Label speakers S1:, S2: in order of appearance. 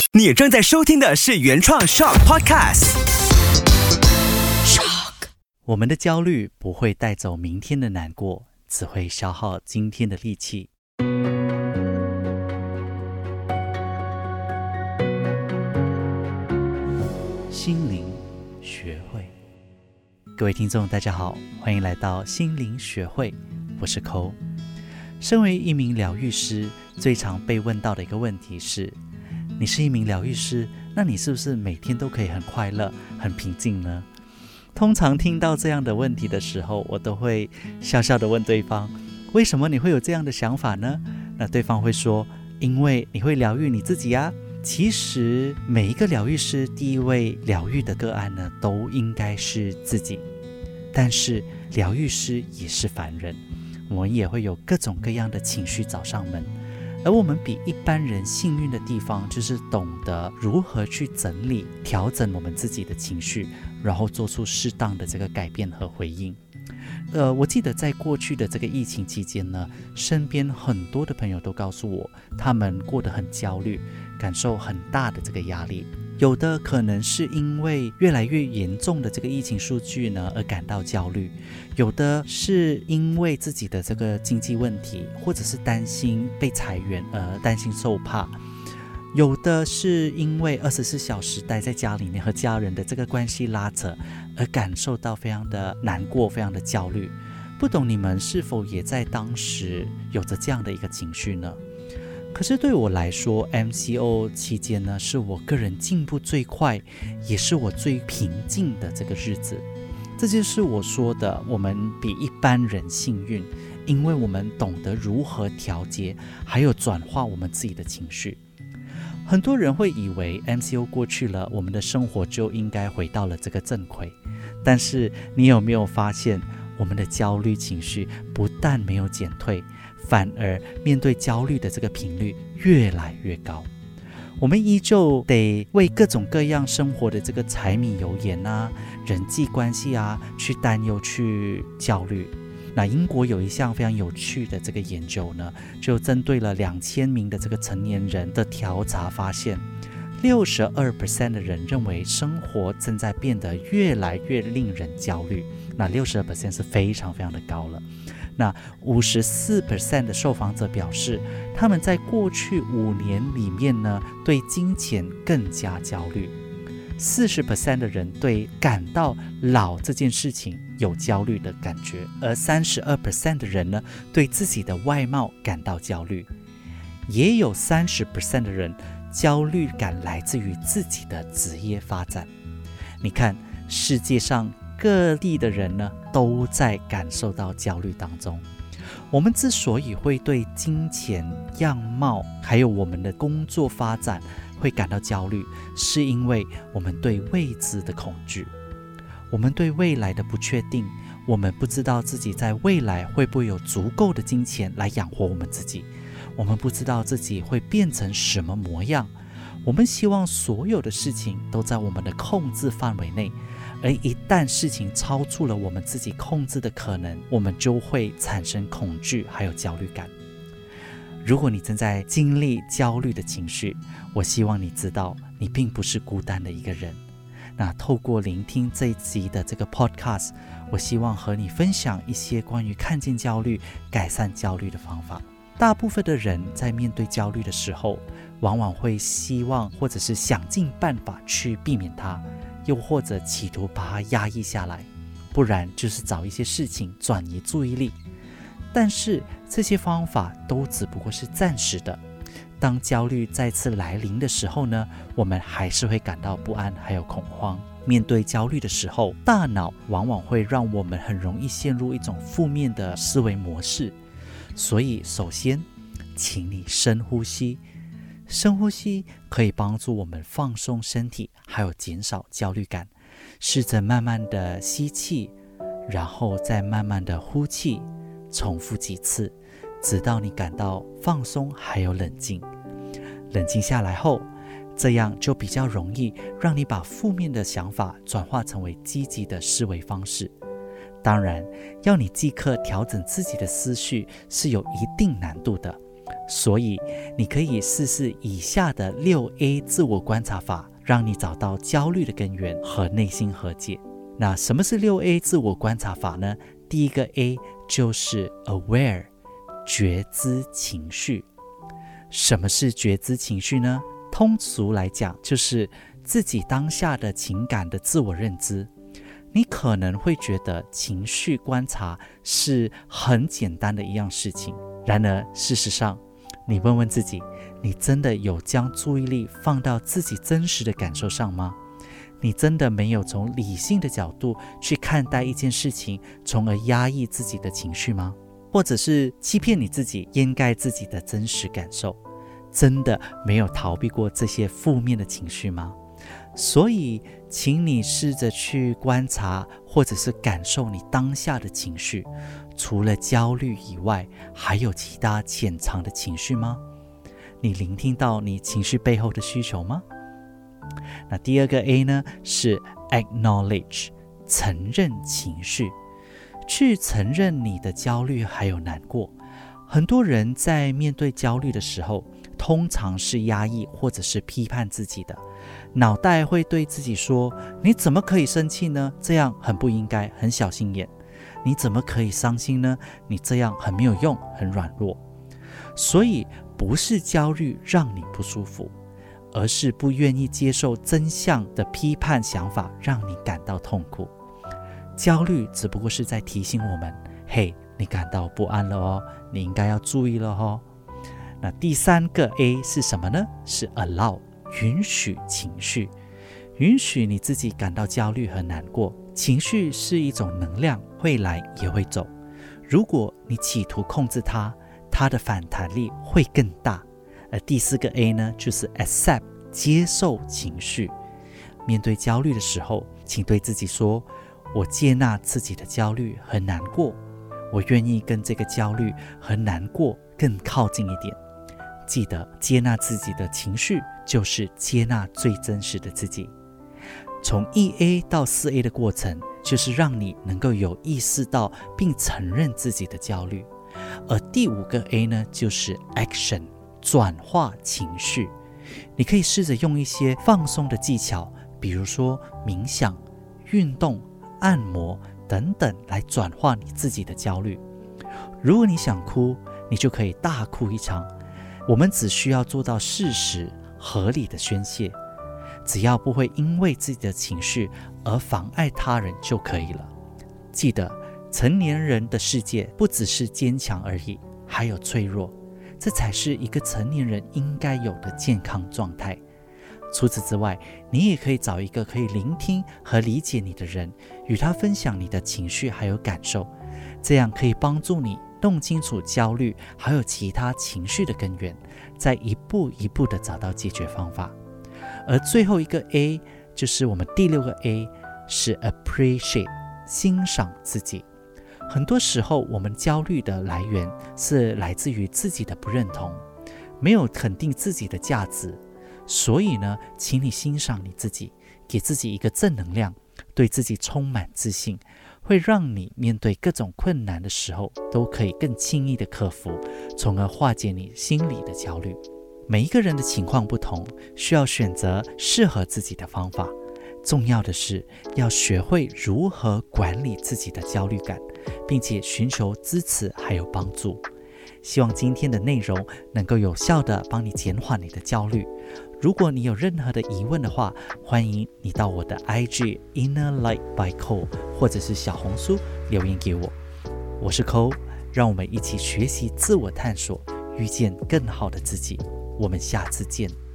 S1: 你正在收听的是原创 Shock Podcast。Shock，
S2: 我们的焦虑不会带走明天的难过，只会消耗今天的力气。心灵学会，各位听众大家好，欢迎来到心灵学会，我是Cole。身为一名疗愈师，最常被问到的一个问题是，你是一名疗愈师，那你是不是每天都可以很快乐、很平静呢？通常听到这样的问题的时候，我都会笑笑的问对方，为什么你会有这样的想法呢？那对方会说，因为你会疗愈你自己啊。其实每一个疗愈师第一位疗愈的个案呢，都应该是自己。但是疗愈师也是凡人，我们也会有各种各样的情绪找上门。而我们比一般人幸运的地方，就是懂得如何去整理、调整我们自己的情绪，然后做出适当的这个改变和回应。我记得在过去的这个疫情期间呢，身边很多的朋友都告诉我，他们过得很焦虑，感受很大的这个压力。有的可能是因为越来越严重的这个疫情数据呢而感到焦虑，有的是因为自己的这个经济问题，或者是担心被裁员而担心受怕，有的是因为24小时待在家里面和家人的这个关系拉扯而感受到非常的难过，非常的焦虑。不懂你们是否也在当时有着这样的一个情绪呢？可是对我来说， MCO 期间呢，是我个人进步最快，也是我最平静的这个日子。这就是我说的，我们比一般人幸运，因为我们懂得如何调节，还有转化我们自己的情绪。很多人会以为 MCO 过去了，我们的生活就应该回到了这个正轨。但是你有没有发现，我们的焦虑情绪不但没有减退，反而面对焦虑的这个频率越来越高。我们依旧得为各种各样生活的这个柴米油盐啊、人际关系啊去担忧、去焦虑。那英国有一项非常有趣的这个研究呢，就针对了2000名的这个成年人的调查发现，62% 的人认为生活正在变得越来越令人焦虑。那62% 是非常非常的高了。那54% 的受访者表示，他们在过去5年里面呢，对金钱更加焦虑。40% 的人对感到老这件事情有焦虑的感觉，而32% 的人呢，对自己的外貌感到焦虑。也有30% 的人焦虑感来自于自己的职业发展。你看，世界上各地的人呢，都在感受到焦虑当中。我们之所以会对金钱、样貌，还有我们的工作发展会感到焦虑，是因为我们对未知的恐惧，我们对未来的不确定，我们不知道自己在未来会不会有足够的金钱来养活我们自己，我们不知道自己会变成什么模样。我们希望所有的事情都在我们的控制范围内，而一旦事情超出了我们自己控制的可能，我们就会产生恐惧还有焦虑感。如果你正在经历焦虑的情绪，我希望你知道，你并不是孤单的一个人。那透过聆听这一集的这个 podcast， 我希望和你分享一些关于看见焦虑、改善焦虑的方法。大部分的人在面对焦虑的时候，往往会希望或者是想尽办法去避免它，又或者企图把它压抑下来，不然就是找一些事情转移注意力。但是这些方法都只不过是暂时的。当焦虑再次来临的时候呢，我们还是会感到不安还有恐慌。面对焦虑的时候，大脑往往会让我们很容易陷入一种负面的思维模式。所以首先，请你深呼吸。深呼吸可以帮助我们放松身体，还有减少焦虑感。试着慢慢的吸气，然后再慢慢的呼气，重复几次，直到你感到放松还有冷静。冷静下来后，这样就比较容易让你把负面的想法转化成为积极的思维方式。当然，要你即刻调整自己的思绪是有一定难度的， 所以你可以试试以下的6A 自我观察法，让你找到焦虑的根源和内心和解。那什么是6A 自我观察法呢？第一个 A 就是 aware， 觉知情绪。什么是觉知情绪呢？通俗来讲，就是自己当下的情感的自我认知。你可能会觉得情绪观察是很简单的一样事情，然而事实上，你问问自己，你真的有将注意力放到自己真实的感受上吗？你真的没有从理性的角度去看待一件事情，从而压抑自己的情绪吗？或者是欺骗你自己，掩盖自己的真实感受？真的没有逃避过这些负面的情绪吗？所以请你试着去观察或者是感受你当下的情绪，除了焦虑以外，还有其他潜藏的情绪吗？你聆听到你情绪背后的需求吗？那第二个 A 呢，是 acknowledge， 承认情绪，去承认你的焦虑还有难过。很多人在面对焦虑的时候，通常是压抑或者是批判自己的，脑袋会对自己说，你怎么可以生气呢？这样很不应该，很小心眼。你怎么可以伤心呢？你这样很没有用，很软弱。所以不是焦虑让你不舒服，而是不愿意接受真相的批判想法让你感到痛苦。焦虑只不过是在提醒我们，嘿，你感到不安了哦，你应该要注意了哦。那第三个 A 是什么呢？是 allow， 允许情绪，允许你自己感到焦虑和难过。情绪是一种能量，会来也会走。如果你企图控制它，它的反弹力会更大。而第四个 A 呢，就是 accept， 接受情绪。面对焦虑的时候，请对自己说，我接纳自己的焦虑和难过，我愿意跟这个焦虑和难过更靠近一点。记得接纳自己的情绪，就是接纳最真实的自己。从 1A 到 4A 的过程，就是让你能够有意识到并承认自己的焦虑。而第5个 A 呢，就是 action， 转化情绪。你可以试着用一些放松的技巧，比如说冥想、运动、按摩等等，来转化你自己的焦虑。如果你想哭，你就可以大哭一场。我们只需要做到适时合理的宣泄，只要不会因为自己的情绪而妨碍他人就可以了。记得，成年人的世界不只是坚强而已，还有脆弱，这才是一个成年人应该有的健康状态。除此之外，你也可以找一个可以聆听和理解你的人，与他分享你的情绪还有感受，这样可以帮助你弄清楚焦虑还有其他情绪的根源，再一步一步的找到解决方法。而最后一个 A 就是我们第6个 A， 是 appreciate， 欣赏自己。很多时候我们焦虑的来源是来自于自己的不认同，没有肯定自己的价值。所以呢，请你欣赏你自己，给自己一个正能量，对自己充满自信，会让你面对各种困难的时候都可以更轻易的克服，从而化解你心里的焦虑。每一个人的情况不同，需要选择适合自己的方法。重要的是要学会如何管理自己的焦虑感，并且寻求支持还有帮助。希望今天的内容能够有效地帮你减缓你的焦虑。如果你有任何的疑问的话，欢迎你到我的 IG Inner Light by Cole 或者是小红书留言给我。我是 Cole， 让我们一起学习自我探索，遇见更好的自己。我们下次见。